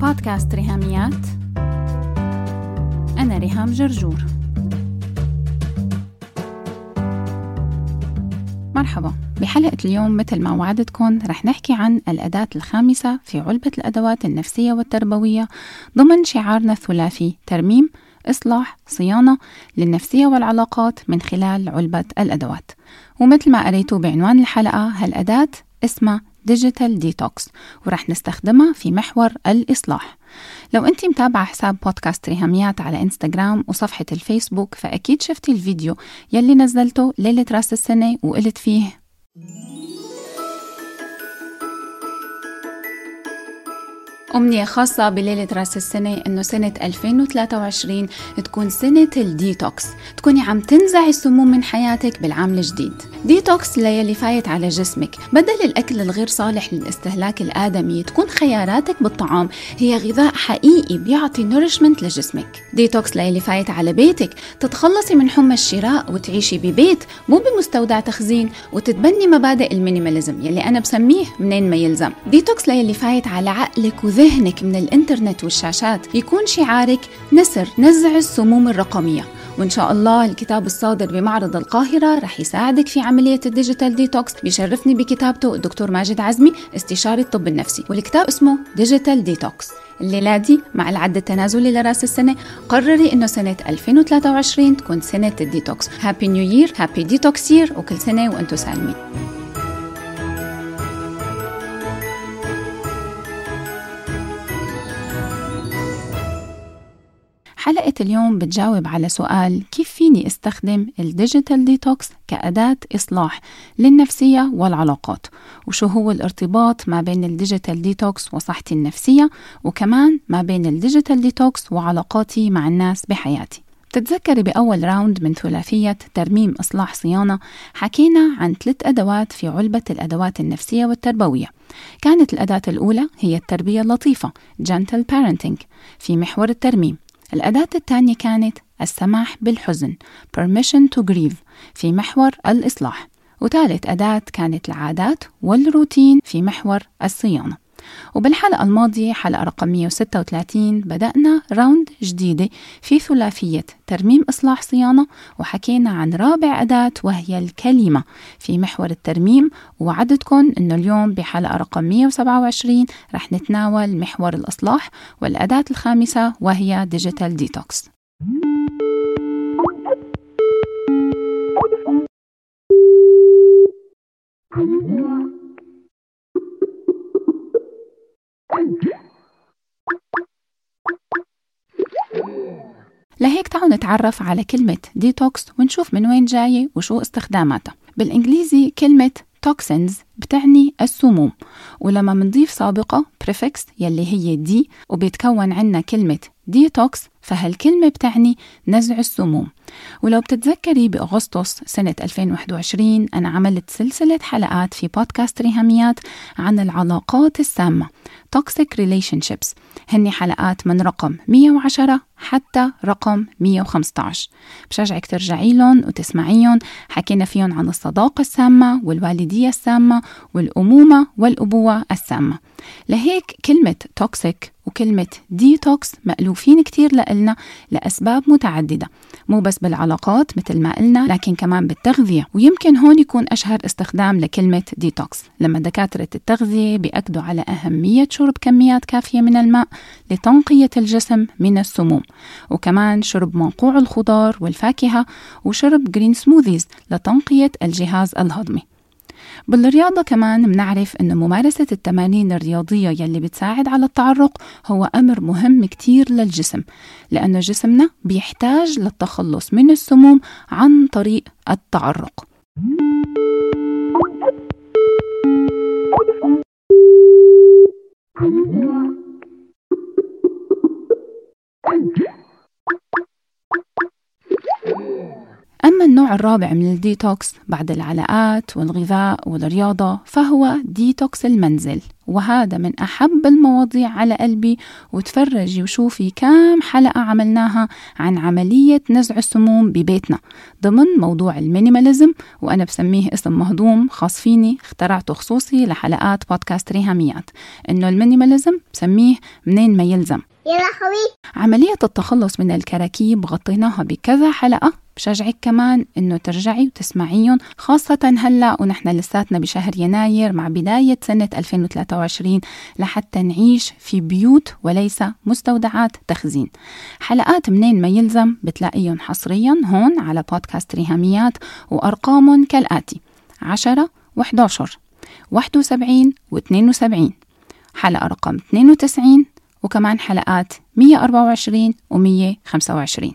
بودكاست ريهاميات. أنا ريهام جرجور. مرحبا. بحلقة اليوم مثل ما وعدتكم رح نحكي عن الأداة الخامسة في علبة الأدوات النفسية والتربوية ضمن شعارنا الثلاثي: ترميم، إصلاح، صيانة للنفسية والعلاقات من خلال علبة الأدوات. ومثل ما قريتوا بعنوان الحلقة، هالأداة اسمها ديجيتال ديتوكس، ورح نستخدمها في محور الإصلاح. لو أنت متابعة حساب بودكاست ريهاميات على إنستغرام وصفحة الفيسبوك فأكيد شفتي الفيديو يلي نزلته ليلة رأس السنة وقلت فيه: أمنية خاصة بليلة رأس السنة إنه سنة 2023 تكون سنة الديتوكس، تكوني عم تنزعي السموم من حياتك بالعام الجديد. ديتوكس ليلي فايت على جسمك، بدل الأكل الغير صالح للاستهلاك الآدمي تكون خياراتك بالطعام هي غذاء حقيقي بيعطي نورشمنت لجسمك. ديتوكس ليلي فايت على بيتك، تتخلصي من حمى الشراء وتعيشي ببيت مو بمستودع تخزين، وتتبني مبادئ المينيماليزم يلي أنا بسميه منين ما يلزم. ديتوكس ليلي فايت على عقلك وذهنك من الإنترنت والشاشات، يكون شعارك نزع السموم الرقمية. وإن شاء الله الكتاب الصادر بمعرض القاهرة رح يساعدك في عملية الديجيتال ديتوكس. بيشرفني بكتابته الدكتور ماجد عزمي، استشاري الطب النفسي، والكتاب اسمه ديجيتال ديتوكس. الليلة دي مع العد التنازلي لرأس السنة قرري إنه سنة 2023 تكون سنة الديتوكس. هابي نيو يير، هابي ديتوكس يير، وكل سنة وأنتم سالمين. حلقة اليوم بتجاوب على سؤال: كيف فيني استخدم الديجيتال ديتوكس كأداة إصلاح للنفسية والعلاقات، وشو هو الارتباط ما بين الديجيتال ديتوكس وصحتي النفسية، وكمان ما بين الديجيتال ديتوكس وعلاقاتي مع الناس بحياتي. بتتذكري بأول راوند من ثلاثية ترميم، إصلاح، صيانة حكينا عن 3 أدوات في علبة الأدوات النفسية والتربوية. كانت الأداة الأولى هي التربية اللطيفة gentle parenting في محور الترميم. الأداة الثانية كانت السماح بالحزن permission to grieve في محور الإصلاح. وثالث أداة كانت العادات والروتين في محور الصيانة. وبالحلقة الماضية، حلقة رقم 136، بدأنا راوند جديدة في ثلاثية ترميم، إصلاح، صيانة، وحكينا عن رابع أداة وهي الكلمة في محور الترميم. ووعدتكم إنه اليوم بحلقة رقم 127 رح نتناول محور الإصلاح والأداة الخامسة وهي ديجيتال ديتوكس. لهيك تعالوا نتعرف على كلمة ديتوكس ونشوف من وين جاية وشو استخداماتها. بالإنجليزي كلمة توكسينز بتعني السموم، ولما منضيف سابقة prefix يلي هي دي وبيتكون عنا كلمة ديتوكس، فهالكلمة بتعني نزع السموم. ولو بتتذكري بأغسطس سنة 2021 أنا عملت سلسلة حلقات في بودكاست ريهاميات عن العلاقات السامة toxic relationships، هني حلقات من رقم 110 حتى رقم 115. بشجعك ترجعي لهم وتسمعيهم. حكينا فيهم عن الصداقة السامة والوالدية السامة والأمومة والأبوة السامة. لهيك كلمة توكسيك وكلمة ديتوكس مألوفين كتير لنا لأسباب متعددة، مو بس بالعلاقات مثل ما قلنا، لكن كمان بالتغذية. ويمكن هون يكون أشهر استخدام لكلمة ديتوكس لما دكاترة التغذية بيأكدوا على أهمية شرب كميات كافية من الماء لتنقية الجسم من السموم، وكمان شرب منقوع الخضار والفاكهة، وشرب جرين سموذيز لتنقية الجهاز الهضمي. بالرياضة كمان بنعرف أن ممارسة التمارين الرياضية يلي بتساعد على التعرق هو أمر مهم كتير للجسم، لأنه جسمنا بيحتاج للتخلص من السموم عن طريق التعرق. أما النوع الرابع من الديتوكس بعد العلاقات والغذاء والرياضة فهو ديتوكس المنزل، وهذا من أحب المواضيع على قلبي. وتفرجي وشوفي كام حلقة عملناها عن عملية نزع السموم ببيتنا ضمن موضوع المينيماليزم، وأنا بسميه اسم مهضوم خاص فيني اخترعته خصوصي لحلقات بودكاست ريهاميات، إنه المينيماليزم بسميه منين ما يلزم. عملية التخلص من الكراكيب غطيناها بكذا حلقة، بشجعك كمان إنه ترجعي وتسمعيهم، خاصة هلأ ونحن لساتنا بشهر يناير مع بداية سنة 2023 لحتى نعيش في بيوت وليس مستودعات تخزين. حلقات منين ما يلزم بتلاقيهم حصريا هون على بودكاست ريهاميات، وأرقامهم كالآتي: 10 و11 71 و72، حلقة رقم 92، وكمان حلقات 124 و125.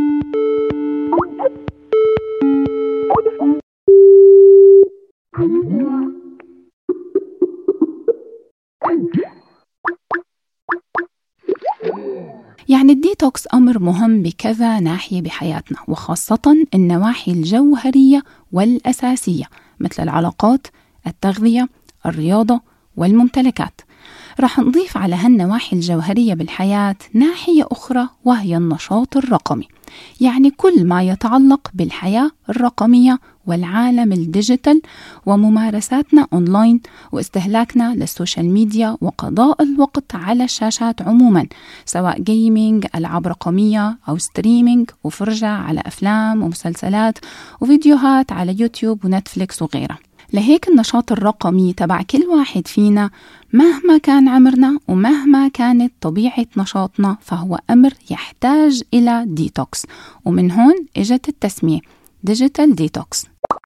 يعني الديتوكس أمر مهم بكذا ناحية بحياتنا، وخاصة النواحي الجوهرية والأساسية مثل العلاقات، التغذية، الرياضة والممتلكات. رح نضيف على هالنواحي الجوهرية بالحياة ناحية أخرى وهي النشاط الرقمي، يعني كل ما يتعلق بالحياة الرقمية والعالم الديجيتال وممارساتنا أونلاين واستهلاكنا للسوشيال ميديا وقضاء الوقت على الشاشات عموما، سواء جيمينج، ألعاب رقمية أو ستريمينج وفرجة على أفلام ومسلسلات وفيديوهات على يوتيوب ونتفليكس وغيرها. لهيك النشاط الرقمي تبع كل واحد فينا مهما كان عمرنا ومهما كانت طبيعة نشاطنا فهو أمر يحتاج إلى ديتوكس، ومن هون إجت التسمية ديجيتال ديتوكس.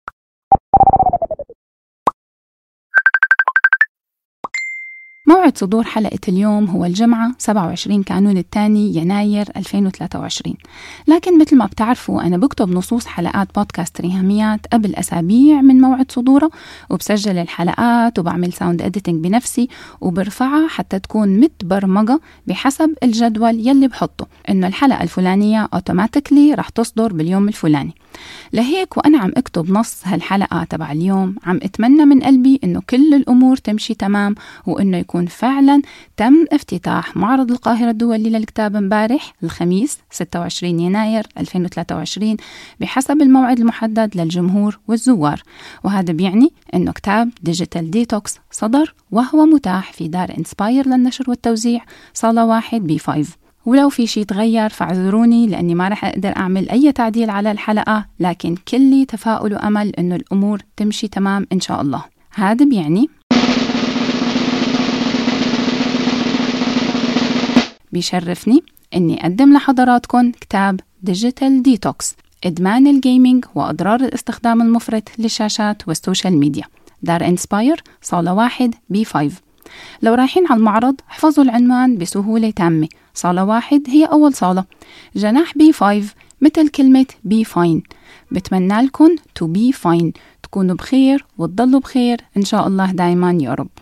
موعد صدور حلقة اليوم هو الجمعة 27 كانون الثاني يناير 2023، لكن مثل ما بتعرفوا أنا بكتب نصوص حلقات بودكاست ريهاميات قبل أسابيع من موعد صدورها، وبسجل الحلقات وبعمل ساوند إديتنج بنفسي وبرفعها حتى تكون متبرمجة بحسب الجدول يلي بحطه إنه الحلقة الفلانية أوتوماتيكلي رح تصدر باليوم الفلاني. لهيك وأنا عم أكتب نص هالحلقة تبع اليوم عم أتمنى من قلبي إنه كل الأمور تمشي تمام، وإنه يكون فعلا تم افتتاح معرض القاهرة الدولي للكتاب امبارح الخميس 26 يناير 2023 بحسب الموعد المحدد للجمهور والزوار، وهذا بيعني إنه كتاب ديجيتال ديتوكس صدر وهو متاح في دار إنسباير للنشر والتوزيع صالة 1 B5. ولو في شيء تغير فاعذروني لأني ما رح أقدر أعمل أي تعديل على الحلقة، لكن كلي تفاؤل وأمل إنه الأمور تمشي تمام إن شاء الله. هذا بيعني بيشرفني إني أقدم لحضراتكم كتاب ديجيتال ديتوكس، إدمان الجيمينج وأضرار الاستخدام المفرط للشاشات والسوشيال ميديا، دار إنسباير صالة 1 B5. لو رايحين على المعرض احفظوا العنوان بسهولة تامة، صالة 1 هي أول صالة، جناح B5 مثل كلمة be fine. بتمنى لكم to be fine، تكونوا بخير وتضلوا بخير إن شاء الله دايما يا رب.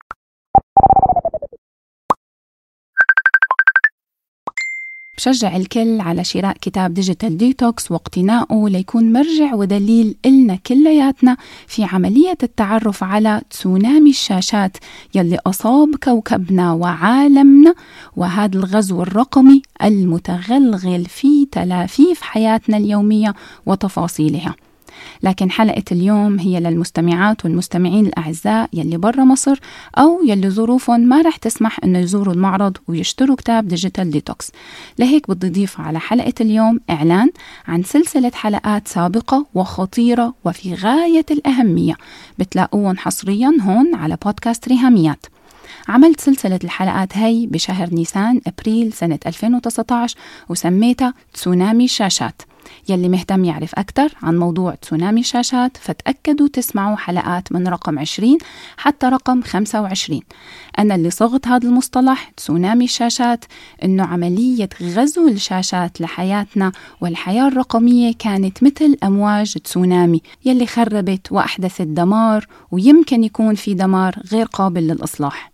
بشجع الكل على شراء كتاب ديجيتال ديتوكس واقتناؤه ليكون مرجع ودليل إلنا كلياتنا في عملية التعرف على تسونامي الشاشات يلي أصاب كوكبنا وعالمنا، وهذا الغزو الرقمي المتغلغل في تلافيف حياتنا اليومية وتفاصيلها. لكن حلقة اليوم هي للمستمعات والمستمعين الأعزاء يلي برا مصر أو يلي ظروفهم ما رح تسمح أنه يزوروا المعرض ويشتروا كتاب ديجيتال ديتوكس. لهيك بدي أضيف على حلقة اليوم إعلان عن سلسلة حلقات سابقة وخطيرة وفي غاية الأهمية بتلاقوهم حصريا هون على بودكاست ريهاميات. عملت سلسلة الحلقات هاي بشهر نيسان أبريل سنة 2019 وسميتها تسونامي الشاشات. يلي مهتم يعرف أكتر عن موضوع تسونامي الشاشات فتأكدوا تسمعوا حلقات من رقم 20 حتى رقم 25. أنا اللي صغت هذا المصطلح تسونامي الشاشات إنه عملية غزو الشاشات لحياتنا والحياة الرقمية كانت مثل أمواج تسونامي يلي خربت وأحدثت دمار، ويمكن يكون في دمار غير قابل للإصلاح.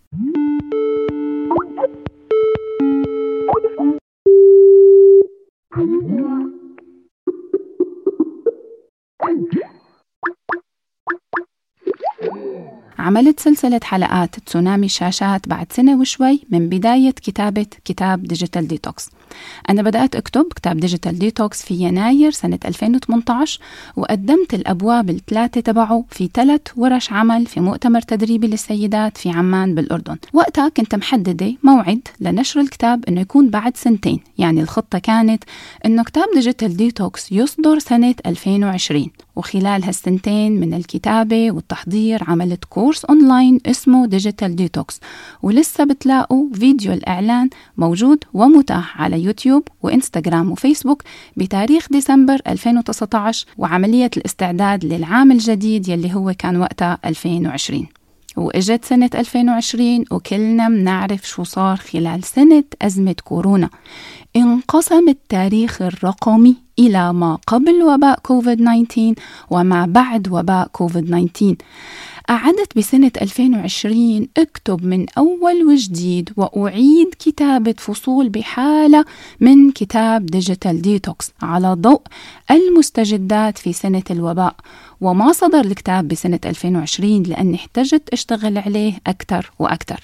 عملت سلسلة حلقات تسونامي الشاشات بعد سنة وشوي من بداية كتابة كتاب ديجيتال ديتوكس. أنا بدأت أكتب كتاب ديجيتال ديتوكس في يناير سنة 2018، وقدمت الأبواب الثلاثة تبعه في 3 ورش عمل في مؤتمر تدريبي للسيدات في عمان بالأردن. وقتها كنت محددة موعد لنشر الكتاب إنه يكون بعد 2 سنين، يعني الخطة كانت إنه كتاب ديجيتال ديتوكس يصدر سنة 2020. وخلال هالسنتين من الكتابة والتحضير عملت كورس أونلاين اسمه ديجيتال ديتوكس، ولسه بتلاقوا فيديو الإعلان موجود ومتاح على يوتيوب وإنستغرام وفيسبوك بتاريخ ديسمبر 2019، وعملية الاستعداد للعام الجديد يلي هو كان وقتها 2020. وإجت سنة 2020 وكلنا منعرف شو صار خلال سنة أزمة كورونا. انقسم التاريخ الرقمي إلى ما قبل وباء كوفيد-19 وما بعد وباء كوفيد-19. أعدت بسنة 2020 أكتب من أول وجديد وأعيد كتابة فصول بحالة من كتاب ديجيتال ديتوكس على ضوء المستجدات في سنة الوباء. وما صدر الكتاب بسنة 2020 لأني احتجت أشتغل عليه أكثر وأكثر.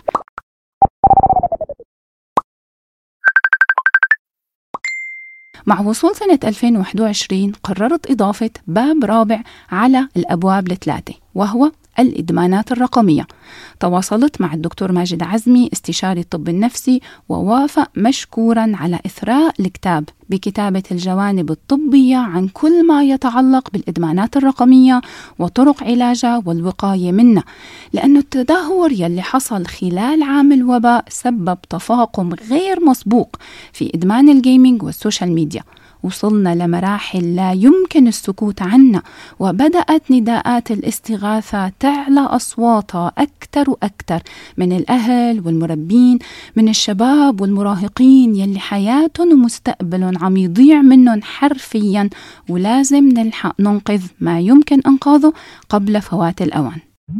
مع وصول سنة 2021 قررت إضافة باب رابع على الأبواب ال3، وهو الإدمانات الرقمية. تواصلت مع الدكتور ماجد عزمي استشاري الطب النفسي، ووافق مشكورا على إثراء الكتاب بكتابة الجوانب الطبية عن كل ما يتعلق بالإدمانات الرقمية وطرق علاجها والوقاية منها، لأنه التدهور يلي حصل خلال عام الوباء سبب تفاقم غير مسبوق في إدمان الجيمينج والسوشيال ميديا. وصلنا لمراحل لا يمكن السكوت عنها، وبدأت نداءات الاستغاثة تعلى أصواتها أكثر وأكثر من الأهل والمربين، من الشباب والمراهقين يلي حياتهم ومستقبلهم عم يضيع منهم حرفيا، ولازم نلحق ننقذ ما يمكن إنقاذه قبل فوات الأوان.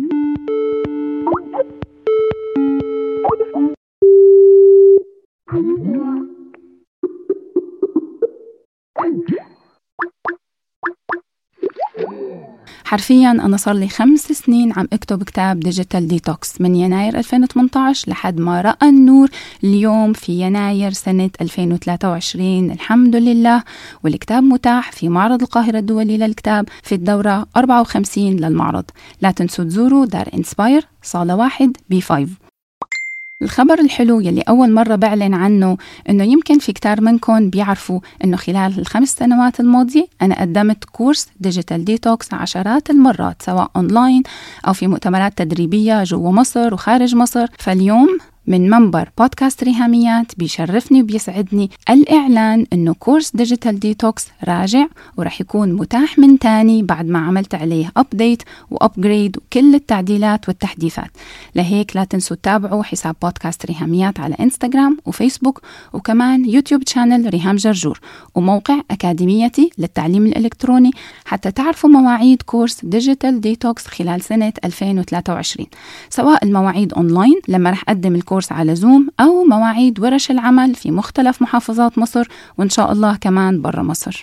حرفياً أنا صار لي 5 سنين عم أكتب كتاب ديجيتال ديتوكس من يناير 2018 لحد ما رأى النور اليوم في يناير سنة 2023 الحمد لله. والكتاب متاح في معرض القاهرة الدولي للكتاب في الدورة 54 للمعرض. لا تنسوا تزوروا دار إنسباير صالة 1 B5. الخبر الحلو يلي أول مرة بعلن عنه إنه يمكن في كتار منكم بيعرفوا إنه خلال ال5 سنوات الماضية أنا قدمت كورس ديجيتال ديتوكس عشرات المرات، سواء أونلاين أو في مؤتمرات تدريبية جوا مصر وخارج مصر. فاليوم من منبر بودكاست ريهاميات بيشرفني وبيسعدني الإعلان إنه كورس ديجيتال ديتوكس راجع ورح يكون متاح من تاني بعد ما عملت عليه أبديت وأبجريد وكل التعديلات والتحديثات. لهيك لا تنسوا تتابعوا حساب بودكاست ريهاميات على إنستغرام وفيسبوك، وكمان يوتيوب شانل ريهام جرجور، وموقع أكاديميتي للتعليم الإلكتروني حتى تعرفوا مواعيد كورس ديجيتال ديتوكس خلال سنة 2023، سواء المواعيد أونلاين لما رح أقدم الكورس على زوم، أو مواعيد ورش العمل في مختلف محافظات مصر، وإن شاء الله كمان برا مصر.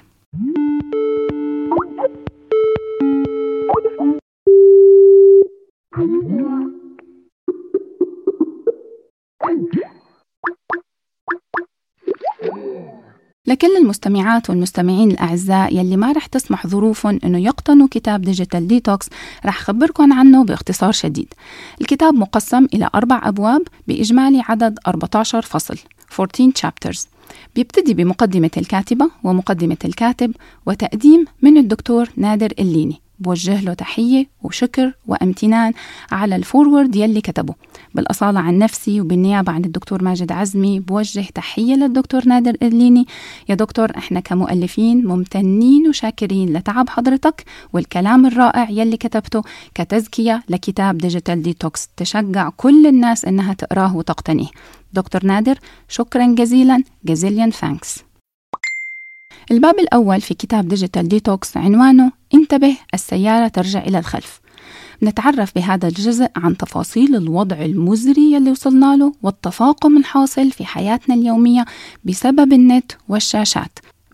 لكل المستمعات والمستمعين الأعزاء يلي ما رح تسمح ظروفهم أنه يقتنوا كتاب ديجيتال ديتوكس، رح خبركم عنه باختصار شديد. الكتاب مقسم إلى 4 أبواب بإجمالي عدد 14 فصل 14 chapters. بيبتدي بمقدمة الكاتبة ومقدمة الكاتب وتقديم من الدكتور نادر الليني، بوجه له تحية وشكر وامتنان على الفورورد يلي كتبه. بالأصالة عن نفسي وبالنيابة عن الدكتور ماجد عزمي بوجه تحية للدكتور نادر الليني. يا دكتور، احنا كمؤلفين ممتنين وشاكرين لتعب حضرتك والكلام الرائع يلي كتبته كتزكية لكتاب ديجيتال ديتوكس، تشجع كل الناس انها تقراه وتقتنيه. دكتور نادر، شكرا جزيلا، جزيليان ثانكس. الباب الأول في كتاب ديجيتال ديتوكس عنوانه انتبه السيارة ترجع إلى الخلف. نتعرف بهذا الجزء عن تفاصيل الوضع المزري يلي وصلنا له والتفاقم الحاصل في حياتنا اليومية بسبب النت والشاشات.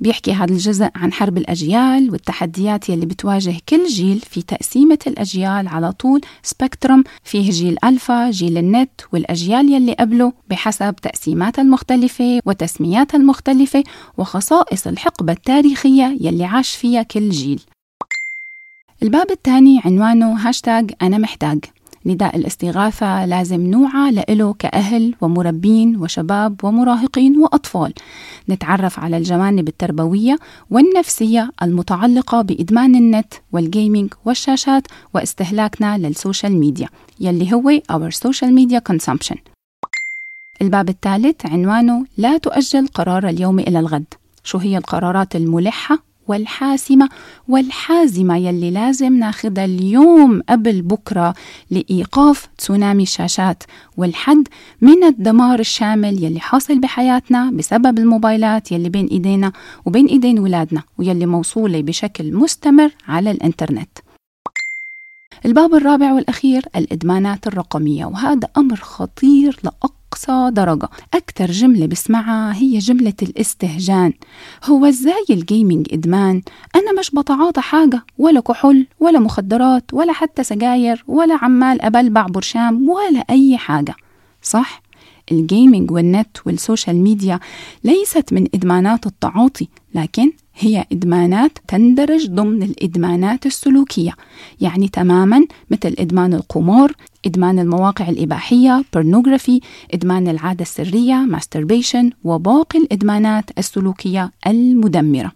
بيحكي هذا الجزء عن حرب الأجيال والتحديات يلي بتواجه كل جيل في تقسيمة الأجيال على طول سبكتروم، فيه جيل ألفا، جيل النت، والأجيال يلي قبله بحسب تقسيماتها المختلفة وتسمياتها المختلفة وخصائص الحقبة التاريخية يلي عاش فيها كل جيل. الباب الثاني عنوانه هاشتاج أنا محتاج. نداء الاستغاثة لازم نوعى لإله كأهل ومربين وشباب ومراهقين وأطفال، نتعرف على الجوانب التربوية والنفسية المتعلقة بإدمان النت والجيمينج والشاشات واستهلاكنا للسوشيال ميديا يلي هو our social media consumption. الباب الثالث عنوانه لا تؤجل قرار اليوم إلى الغد. شو هي القرارات الملحة والحاسمة والحازمة يلي لازم ناخدها اليوم قبل بكرة لإيقاف تسونامي الشاشات والحد من الدمار الشامل يلي حاصل بحياتنا بسبب الموبايلات يلي بين إيدينا وبين إيدين ولادنا ويلي موصولة بشكل مستمر على الإنترنت. الباب الرابع والأخير الإدمانات الرقمية، وهذا أمر خطير لأقصى درجة. أكثر جملة بسمعها هي جملة الاستهجان. هو إزاي الجيمينج إدمان؟ أنا مش بتعاطى حاجة، ولا كحول ولا مخدرات ولا حتى سجاير ولا عمال أبلبع برشام ولا أي حاجة. صح؟ الجيمينج والنت والسوشيال ميديا ليست من إدمانات التعاطي، لكن هي إدمانات تندرج ضمن الإدمانات السلوكية، يعني تماما مثل إدمان القمار، إدمان المواقع الإباحية pornography، إدمان العادة السرية masturbation، وباقي الإدمانات السلوكية المدمرة.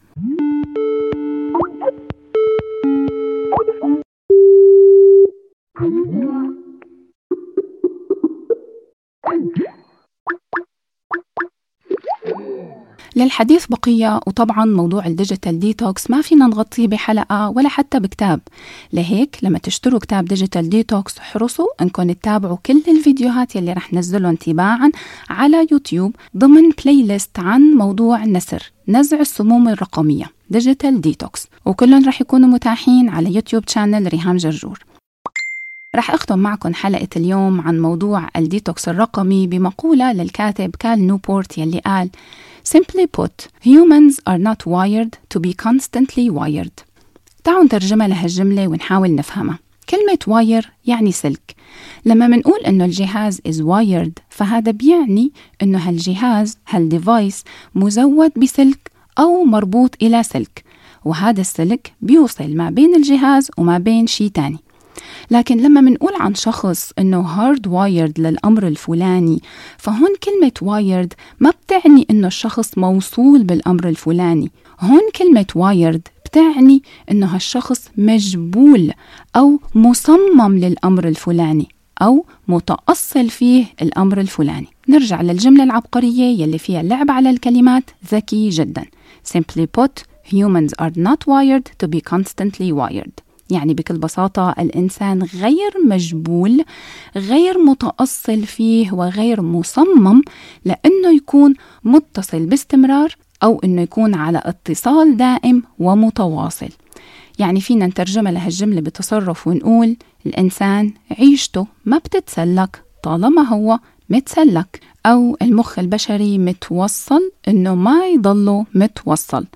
للحديث بقية، وطبعا موضوع الديجيتال ديتوكس ما فينا نغطيه بحلقة ولا حتى بكتاب. لهيك لما تشتروا كتاب ديجيتال ديتوكس احرصوا انكم تتابعوا كل الفيديوهات يلي رح نزلهم تباعا على يوتيوب ضمن بلاي ليست عن موضوع نزع السموم الرقمية ديجيتال ديتوكس، وكلهم رح يكونوا متاحين على يوتيوب شانل ريهام جرجور. رح أختم معكم حلقة اليوم عن موضوع الديتوكس الرقمي بمقولة للكاتب كال نيوبورت يلي قال Simply put, humans are not wired to be constantly wired. تعالوا نترجمها لهالجملة ونحاول نفهمها. كلمة wire يعني سلك. لما منقول إنه الجهاز is wired فهذا بيعني إنه هالجهاز هالديفايس مزود بسلك أو مربوط إلى سلك، وهذا السلك بيوصل ما بين الجهاز وما بين شيء تاني. لكن لما منقول عن شخص إنه hard wired للأمر الفلاني، فهون كلمة wired ما بتعني إنه الشخص موصول بالأمر الفلاني. هون كلمة wired بتعني إنه هالشخص مجبول أو مصمم للأمر الفلاني أو متأصل فيه الأمر الفلاني. نرجع للجملة العبقرية يلي فيها اللعب على الكلمات ذكي جدا. Simply put, humans are not wired to be constantly wired. يعني بكل بساطة الإنسان غير مجبول، غير متأصل فيه، وغير مصمم لأنه يكون متصل باستمرار أو أنه يكون على اتصال دائم ومتواصل. يعني فينا نترجمها لهالجملة بتصرف ونقول الإنسان عيشته ما بتتسلك طالما هو متسلك، أو المخ البشري متوصل أنه ما يضله متوصل.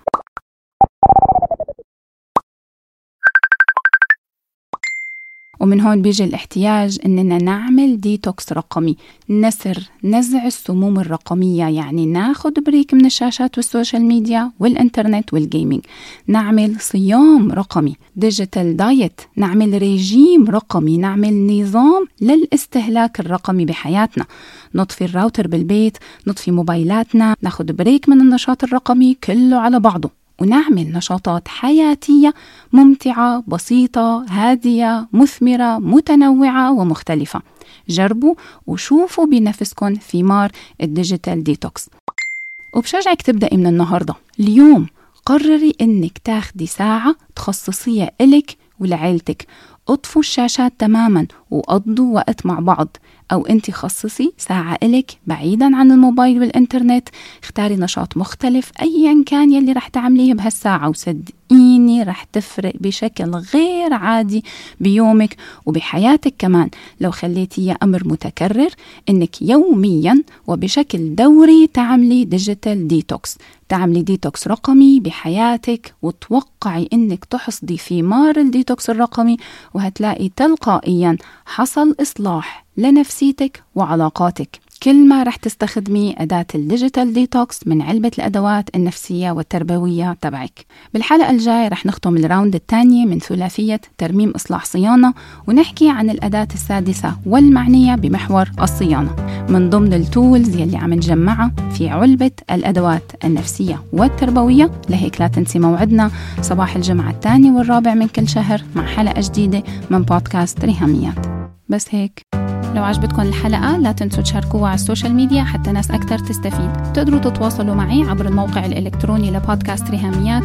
ومن هون بيجي الاحتياج إننا نعمل ديتوكس رقمي، نزع السموم الرقمية، يعني ناخد بريك من الشاشات والسوشيال ميديا والإنترنت والجيمينج، نعمل صيام رقمي ديجيتال دايت، نعمل ريجيم رقمي، نعمل نظام للاستهلاك الرقمي بحياتنا، نطفي الراوتر بالبيت، نطفي موبايلاتنا، ناخد بريك من النشاط الرقمي كله على بعضه، ونعمل نشاطات حياتية ممتعة بسيطة هادية مثمرة متنوعة ومختلفة. جربوا وشوفوا بنفسكم ثمار الديجيتال ديتوكس. وبشجعك تبدأي من النهاردة. اليوم قرري إنك تاخدي ساعة تخصصيها إلك ولعيلتك. اطفوا الشاشات تماما وقضوا وقت مع بعض، أو أنت خصصي ساعة إلك بعيدا عن الموبايل والإنترنت. اختاري نشاط مختلف أيا كان يلي رح تعمليه بهالساعة صدقيني رح تفرق بشكل غير عادي بيومك وبحياتك كمان لو خليتيه أمر متكرر إنك يوميا وبشكل دوري تعملي ديجيتال ديتوكس، تعملي ديتوكس رقمي بحياتك، وتوقعي إنك تحصدي ثمار الديتوكس الرقمي، وهتلاقي تلقائيا حصل إصلاح لنفسيتك وعلاقاتك. كل ما رح تستخدمي أداة الديجيتال ديتوكس من علبة الأدوات النفسية والتربوية تبعك. بالحلقة الجاية رح نختم الراوند الثانية من ثلاثية ترميم إصلاح صيانة، ونحكي عن الأداة السادسة والمعنية بمحور الصيانة. من ضمن التولز يلي عم نجمعها في علبة الأدوات النفسية والتربوية. لهيك لا تنسي موعدنا صباح الجمعة 2 و4 من كل شهر مع حلقة جديدة من بودكاست ريهاميات. بس هيك، لو عجبتكم الحلقة لا تنسوا تشاركوها على السوشيال ميديا حتى ناس أكتر تستفيد. تقدروا تتواصلوا معي عبر الموقع الإلكتروني لبودكاست ريهاميات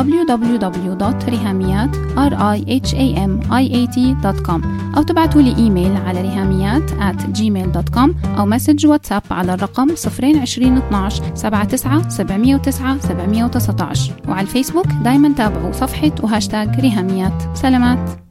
www.rihamiat.com، أو تبعتوا لي إيميل على ريهاميات@gmail.com، أو مسج واتساب على الرقم 020 12 79 709 719. وعلى الفيسبوك دايما تابعوا صفحة وهاشتاج ريهاميات. سلامات.